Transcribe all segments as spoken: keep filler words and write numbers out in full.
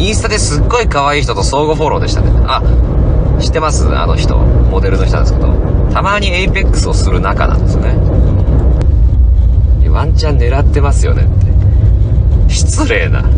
インスタですっごい可愛い人と相互フォローでしたね。あ、知ってます？あの人、モデルの人なんですけど、たまにエイペックスをする仲なんですね。ワンチャン狙ってますよねって。失礼な。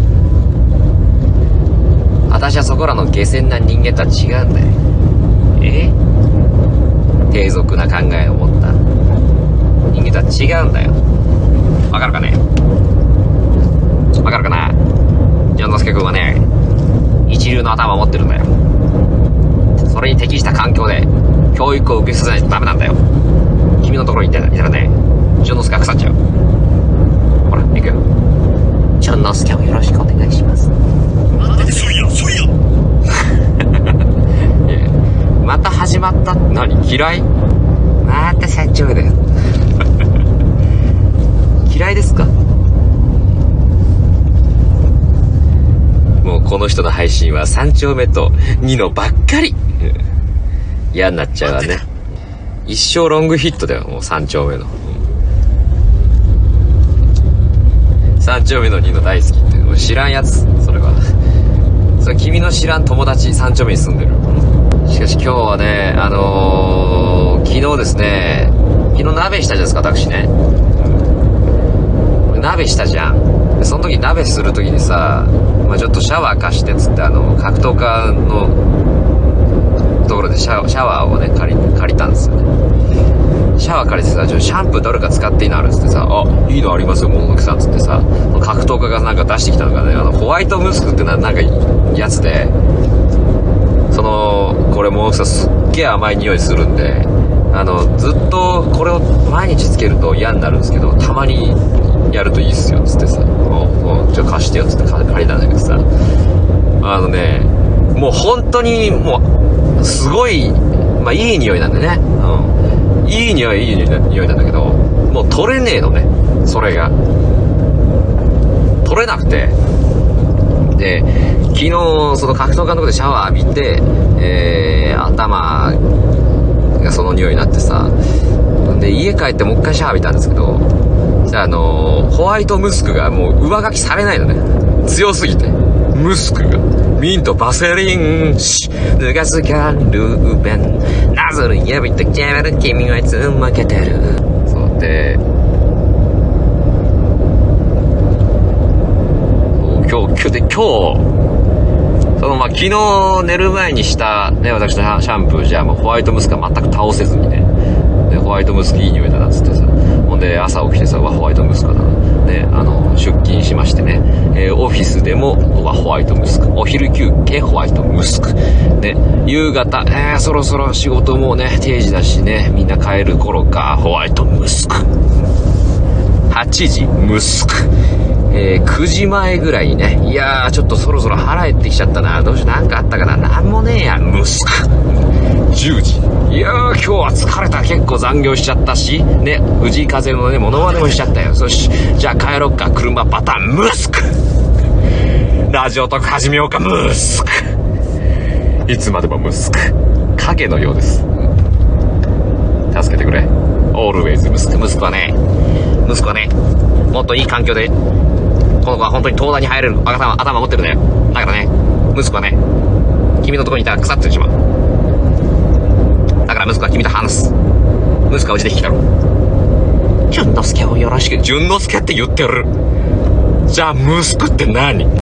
私はそこらの下賤な人間とは違うんだよ。え？低俗な考えを持った人間とは違うんだよ。わかるかね？わかるかな？ジョンノスケ君はね、一流の頭を持ってるんだよ。それに適した環境で教育を受けさせないとダメなんだよ。君のところにいたらね、ジョンノスケが腐っちゃう。ほら、行くよ。ジョンノスケをよろしくお願いします。 そいやそいやいや、また始まった。何？嫌い？また社長だよ。嫌いですか？もうこの人の配信はさん丁目とにのばっかり。嫌になっちゃうわね。一生ロングヒットだよ、もうさん丁目の。さん丁目のにの大好きってもう知らんやつ。それはそれ君の知らん友達さん丁目に住んでる。しかし今日はね、あのー、昨日ですね、昨日鍋したじゃないですか、私ね。鍋したじゃん。その時鍋する時にさ、まあ、ちょっとシャワー貸してっつって、あの格闘家のところでシャワー、シャワーをね借り、借りたんですよね。シャワー借りてさ、ちょシャンプーどれか使っていいのあるっつってさ、あ、いいのありますよ、もののけさんっつってさ、格闘家がなんか出してきたのがね、あのホワイトムスクってな、なんかやつで、そのこれもののけさんすっげえ甘い匂いするんで、あのずっとこれを毎日つけると嫌になるんですけど、たまにやるといいっすよっつってさ、もうちょっと貸してよっつって借りたんだけどさ、あのね、もう本当にもうすごい、まあいい匂いなんでね、うん、いい匂いいい匂いなんだけど、もう取れねえのね、それが取れなくて、で昨日その格闘家のとこでシャワー浴びて、えー、頭がその匂いになってさ、で家帰ってもう一回シャワー浴びたんですけど、あのー、ホワイトムスクがもう上書きされないのね、強すぎて。ムスクがミントバセリンシ脱がすかルーベンナズル指とキャメル君はいつも負けてる。そうで、今日今日で今日そのまあ昨日寝る前にしたね、私のシャンプーじゃもうホワイトムスクは全く倒せずにね、でホワイトムスクいい匂いだなっつってさ、ほんで朝起きてさ、わホワイトムスクだなね、あの出勤しましてね、えー、オフィスでもわホワイトムスク、お昼休憩ホワイトムスクで、夕方、えー、そろそろ仕事もうね定時だしね、みんな帰る頃か、ホワイトムスク、はちじムスク、えー、くじまえぐらいにね、いやーちょっとそろそろ腹減ってきちゃったな、どうしよう、なんかあったかな、なんもねえや、ムスク。じゅうじ、いやー今日は疲れた、結構残業しちゃったしね、藤井風のねモノマネもしちゃったよ。そしじゃあ帰ろっか、車パターンムスク、ラジオトーク始めようか、ムスク、いつまでもムスク、影のようです、助けてくれ、オールウェイズムスク。息子はね息子はねもっといい環境で、この子は本当に東大に入れる頭、頭持ってるんだよ。だからね、息子はね君のところにいたら腐ってしまう。だから息子は君と話す。息子はうちで引きだろ。ジュンノスケをよろしく。ジュンノスケって言ってる。じゃあ息子って何？